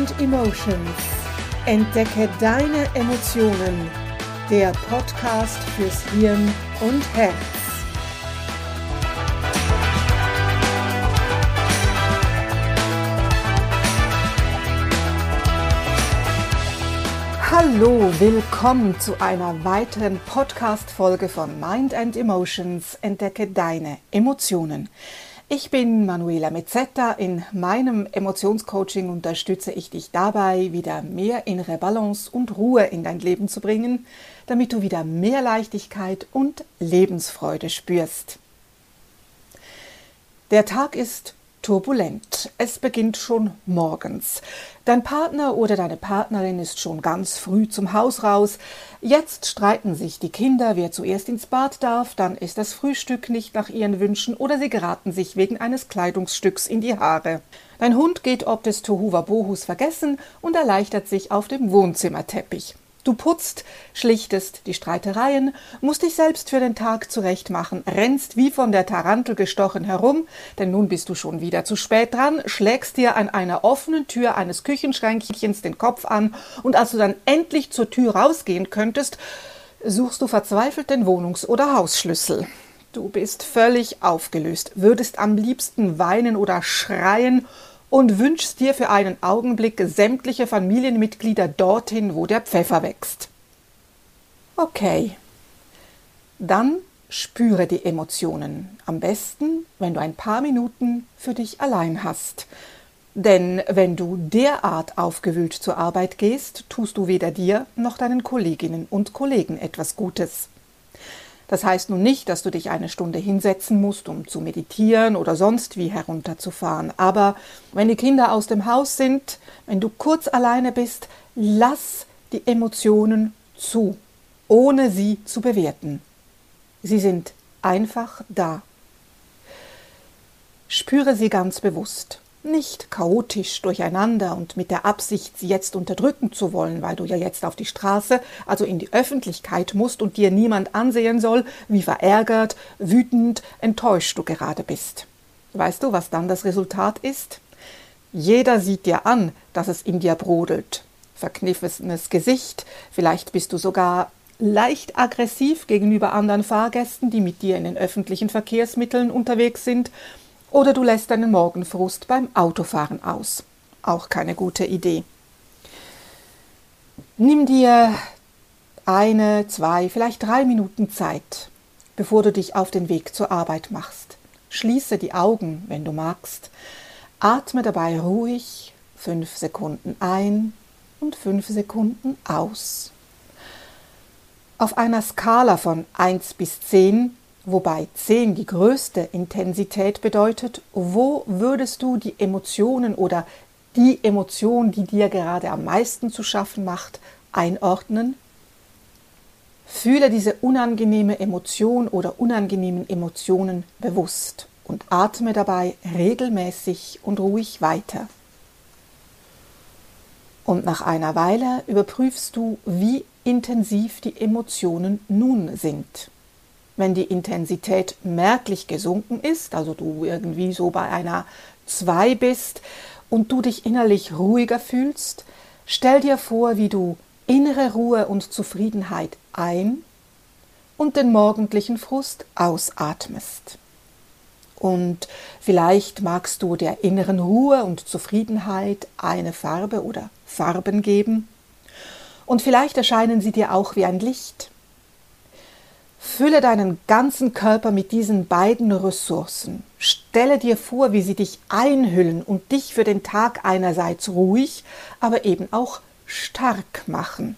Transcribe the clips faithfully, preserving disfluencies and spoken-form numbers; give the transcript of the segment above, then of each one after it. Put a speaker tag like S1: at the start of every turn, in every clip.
S1: and Emotions. Entdecke deine Emotionen. Der Podcast fürs Hirn und Herz. Hallo, willkommen zu einer weiteren Podcast-Folge von Mind and Emotions. Entdecke deine Emotionen. Ich bin Manuela Mezzetta. In meinem Emotionscoaching unterstütze ich dich dabei, wieder mehr innere Balance und Ruhe in dein Leben zu bringen, damit du wieder mehr Leichtigkeit und Lebensfreude spürst. Der Tag ist turbulent. Es beginnt schon morgens. Dein Partner oder deine Partnerin ist schon ganz früh zum Haus raus. Jetzt streiten sich die Kinder, wer zuerst ins Bad darf, dann ist das Frühstück nicht nach ihren Wünschen oder sie geraten sich wegen eines Kleidungsstücks in die Haare. Dein Hund geht ob des Tohuwabohus vergessen und erleichtert sich auf dem Wohnzimmerteppich. Du putzt, schlichtest die Streitereien, musst dich selbst für den Tag zurechtmachen, rennst wie von der Tarantel gestochen herum, denn nun bist du schon wieder zu spät dran, schlägst dir an einer offenen Tür eines Küchenschränkchens den Kopf an und als du dann endlich zur Tür rausgehen könntest, suchst du verzweifelt den Wohnungs- oder Hausschlüssel. Du bist völlig aufgelöst, würdest am liebsten weinen oder schreien und wünschst dir für einen Augenblick sämtliche Familienmitglieder dorthin, wo der Pfeffer wächst. Okay, dann spüre die Emotionen. Am besten, wenn du ein paar Minuten für dich allein hast. Denn wenn du derart aufgewühlt zur Arbeit gehst, tust du weder dir noch deinen Kolleginnen und Kollegen etwas Gutes. Das heißt nun nicht, dass du dich eine Stunde hinsetzen musst, um zu meditieren oder sonst wie herunterzufahren. Aber wenn die Kinder aus dem Haus sind, wenn du kurz alleine bist, lass die Emotionen zu, ohne sie zu bewerten. Sie sind einfach da. Spüre sie ganz bewusst. Nicht chaotisch durcheinander und mit der Absicht, sie jetzt unterdrücken zu wollen, weil du ja jetzt auf die Straße, also in die Öffentlichkeit musst und dir niemand ansehen soll, wie verärgert, wütend, enttäuscht du gerade bist. Weißt du, was dann das Resultat ist? Jeder sieht dir an, dass es in dir brodelt. Verkniffenes Gesicht, vielleicht bist du sogar leicht aggressiv gegenüber anderen Fahrgästen, die mit dir in den öffentlichen Verkehrsmitteln unterwegs sind. Oder du lässt deinen Morgenfrust beim Autofahren aus. Auch keine gute Idee. Nimm dir eine, zwei, vielleicht drei Minuten Zeit, bevor du dich auf den Weg zur Arbeit machst. Schließe die Augen, wenn du magst. Atme dabei ruhig fünf Sekunden ein und fünf Sekunden aus. Auf einer Skala von eins bis zehn, wobei zehn die größte Intensität bedeutet, wo würdest du die Emotionen oder die Emotion, die dir gerade am meisten zu schaffen macht, einordnen? Fühle diese unangenehme Emotion oder unangenehmen Emotionen bewusst und atme dabei regelmäßig und ruhig weiter. Und nach einer Weile überprüfst du, wie intensiv die Emotionen nun sind. Wenn die Intensität merklich gesunken ist, also du irgendwie so bei einer zwei bist und du dich innerlich ruhiger fühlst, stell dir vor, wie du innere Ruhe und Zufriedenheit ein- und den morgendlichen Frust ausatmest. Und vielleicht magst du der inneren Ruhe und Zufriedenheit eine Farbe oder Farben geben. Und vielleicht erscheinen sie dir auch wie ein Licht. Fülle deinen ganzen Körper mit diesen beiden Ressourcen. Stelle dir vor, wie sie dich einhüllen und dich für den Tag einerseits ruhig, aber eben auch stark machen.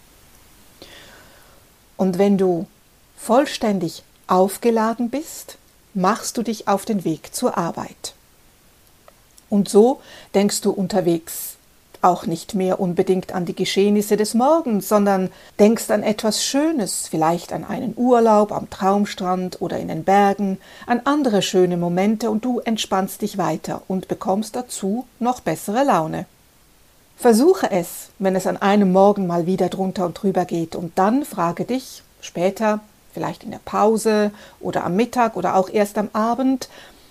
S1: Und wenn du vollständig aufgeladen bist, machst du dich auf den Weg zur Arbeit. Und so denkst du unterwegs auch nicht mehr unbedingt an die Geschehnisse des Morgens, sondern denkst an etwas Schönes, vielleicht an einen Urlaub am Traumstrand oder in den Bergen, an andere schöne Momente und du entspannst dich weiter und bekommst dazu noch bessere Laune. Versuche es, wenn es an einem Morgen mal wieder drunter und drüber geht und dann frage dich später, vielleicht in der Pause oder am Mittag oder auch erst am Abend,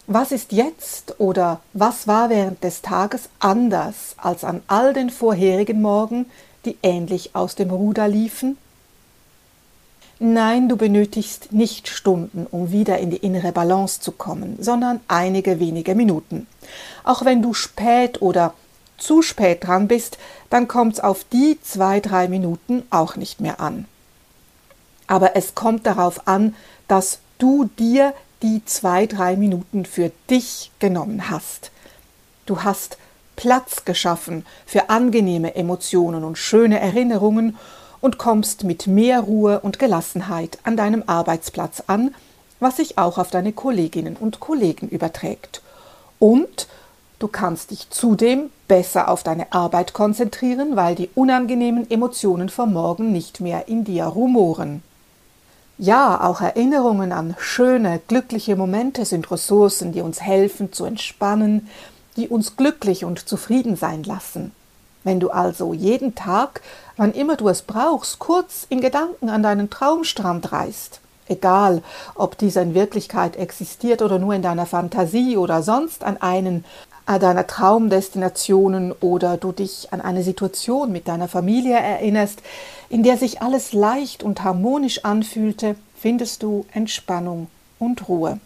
S1: Was ist jetzt oder was war während des Tages anders als an all den vorherigen Morgen, die ähnlich aus dem Ruder liefen? Nein, du benötigst nicht Stunden, um wieder in die innere Balance zu kommen, sondern einige wenige Minuten. Auch wenn du spät oder zu spät dran bist, dann kommt's auf die zwei, drei Minuten auch nicht mehr an. Aber es kommt darauf an, dass du dir die zwei, drei Minuten für dich genommen hast. Du hast Platz geschaffen für angenehme Emotionen und schöne Erinnerungen und kommst mit mehr Ruhe und Gelassenheit an deinem Arbeitsplatz an, was sich auch auf deine Kolleginnen und Kollegen überträgt. Und du kannst dich zudem besser auf deine Arbeit konzentrieren, weil die unangenehmen Emotionen vom Morgen nicht mehr in dir rumoren. Ja, auch Erinnerungen an schöne, glückliche Momente sind Ressourcen, die uns helfen zu entspannen, die uns glücklich und zufrieden sein lassen. Wenn du also jeden Tag, wann immer du es brauchst, kurz in Gedanken an deinen Traumstrand reist, egal ob dieser in Wirklichkeit existiert oder nur in deiner Fantasie oder sonst an einen deiner Traumdestinationen oder du dich an eine Situation mit deiner Familie erinnerst, in der sich alles leicht und harmonisch anfühlte, findest du Entspannung und Ruhe.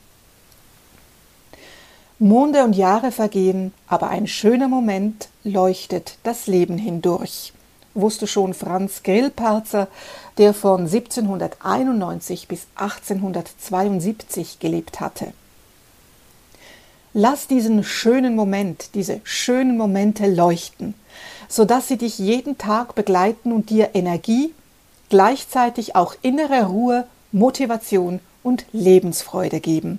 S1: Monde und Jahre vergehen, aber ein schöner Moment leuchtet das Leben hindurch. Wusste schon Franz Grillparzer, der von siebzehnhunderteinundneunzig bis achtzehnhundertzweiundsiebzig gelebt hatte. Lass diesen schönen Moment, diese schönen Momente leuchten, sodass sie dich jeden Tag begleiten und dir Energie, gleichzeitig auch innere Ruhe, Motivation und Lebensfreude geben.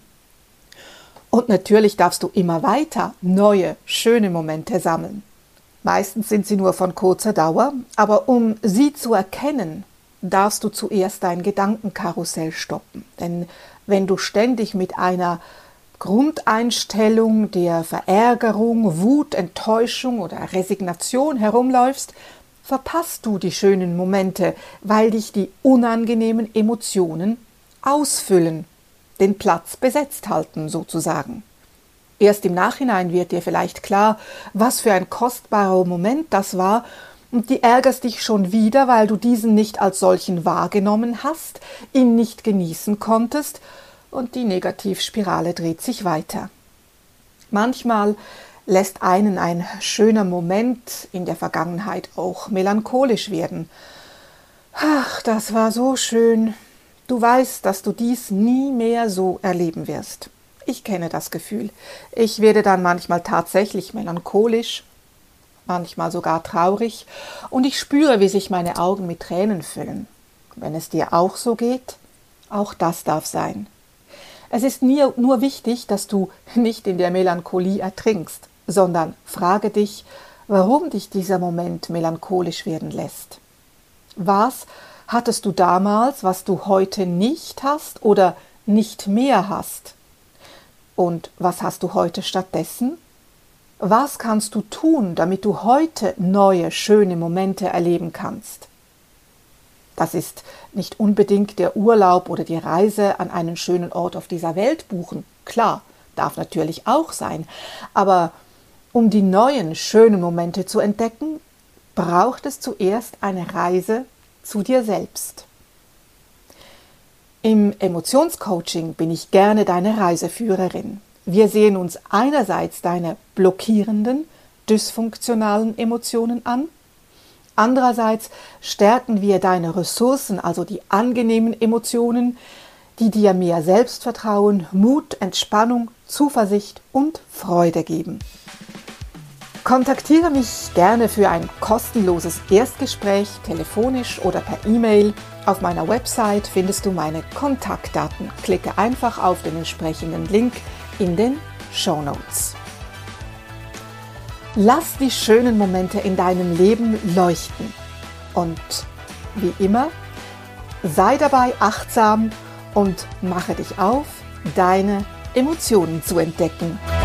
S1: Und natürlich darfst du immer weiter neue, schöne Momente sammeln. Meistens sind sie nur von kurzer Dauer, aber um sie zu erkennen, darfst du zuerst dein Gedankenkarussell stoppen. Denn wenn du ständig mit einer Grundeinstellung der Verärgerung, Wut, Enttäuschung oder Resignation herumläufst, verpasst du die schönen Momente, weil dich die unangenehmen Emotionen ausfüllen, den Platz besetzt halten sozusagen. Erst im Nachhinein wird dir vielleicht klar, was für ein kostbarer Moment das war, und du ärgerst dich schon wieder, weil du diesen nicht als solchen wahrgenommen hast, ihn nicht genießen konntest, und die Negativspirale dreht sich weiter. Manchmal lässt einen ein schöner Moment in der Vergangenheit auch melancholisch werden. Ach, das war so schön. Du weißt, dass du dies nie mehr so erleben wirst. Ich kenne das Gefühl. Ich werde dann manchmal tatsächlich melancholisch, manchmal sogar traurig, und ich spüre, wie sich meine Augen mit Tränen füllen. Wenn es dir auch so geht, auch das darf sein. Es ist nie, nur wichtig, dass du nicht in der Melancholie ertrinkst, sondern frage dich, warum dich dieser Moment melancholisch werden lässt. Was hattest du damals, was du heute nicht hast oder nicht mehr hast? Und was hast du heute stattdessen? Was kannst du tun, damit du heute neue, schöne Momente erleben kannst? Das ist nicht unbedingt der Urlaub oder die Reise an einen schönen Ort auf dieser Welt buchen. Klar, darf natürlich auch sein. Aber um die neuen, schönen Momente zu entdecken, braucht es zuerst eine Reise zu dir selbst. Im Emotionscoaching bin ich gerne deine Reiseführerin. Wir sehen uns einerseits deine blockierenden, dysfunktionalen Emotionen an. Andererseits stärken wir deine Ressourcen, also die angenehmen Emotionen, die dir mehr Selbstvertrauen, Mut, Entspannung, Zuversicht und Freude geben. Kontaktiere mich gerne für ein kostenloses Erstgespräch, telefonisch oder per E-Mail. Auf meiner Website findest du meine Kontaktdaten. Klicke einfach auf den entsprechenden Link in den Shownotes. Lass die schönen Momente in deinem Leben leuchten. Und wie immer, sei dabei achtsam und mache dich auf, deine Emotionen zu entdecken.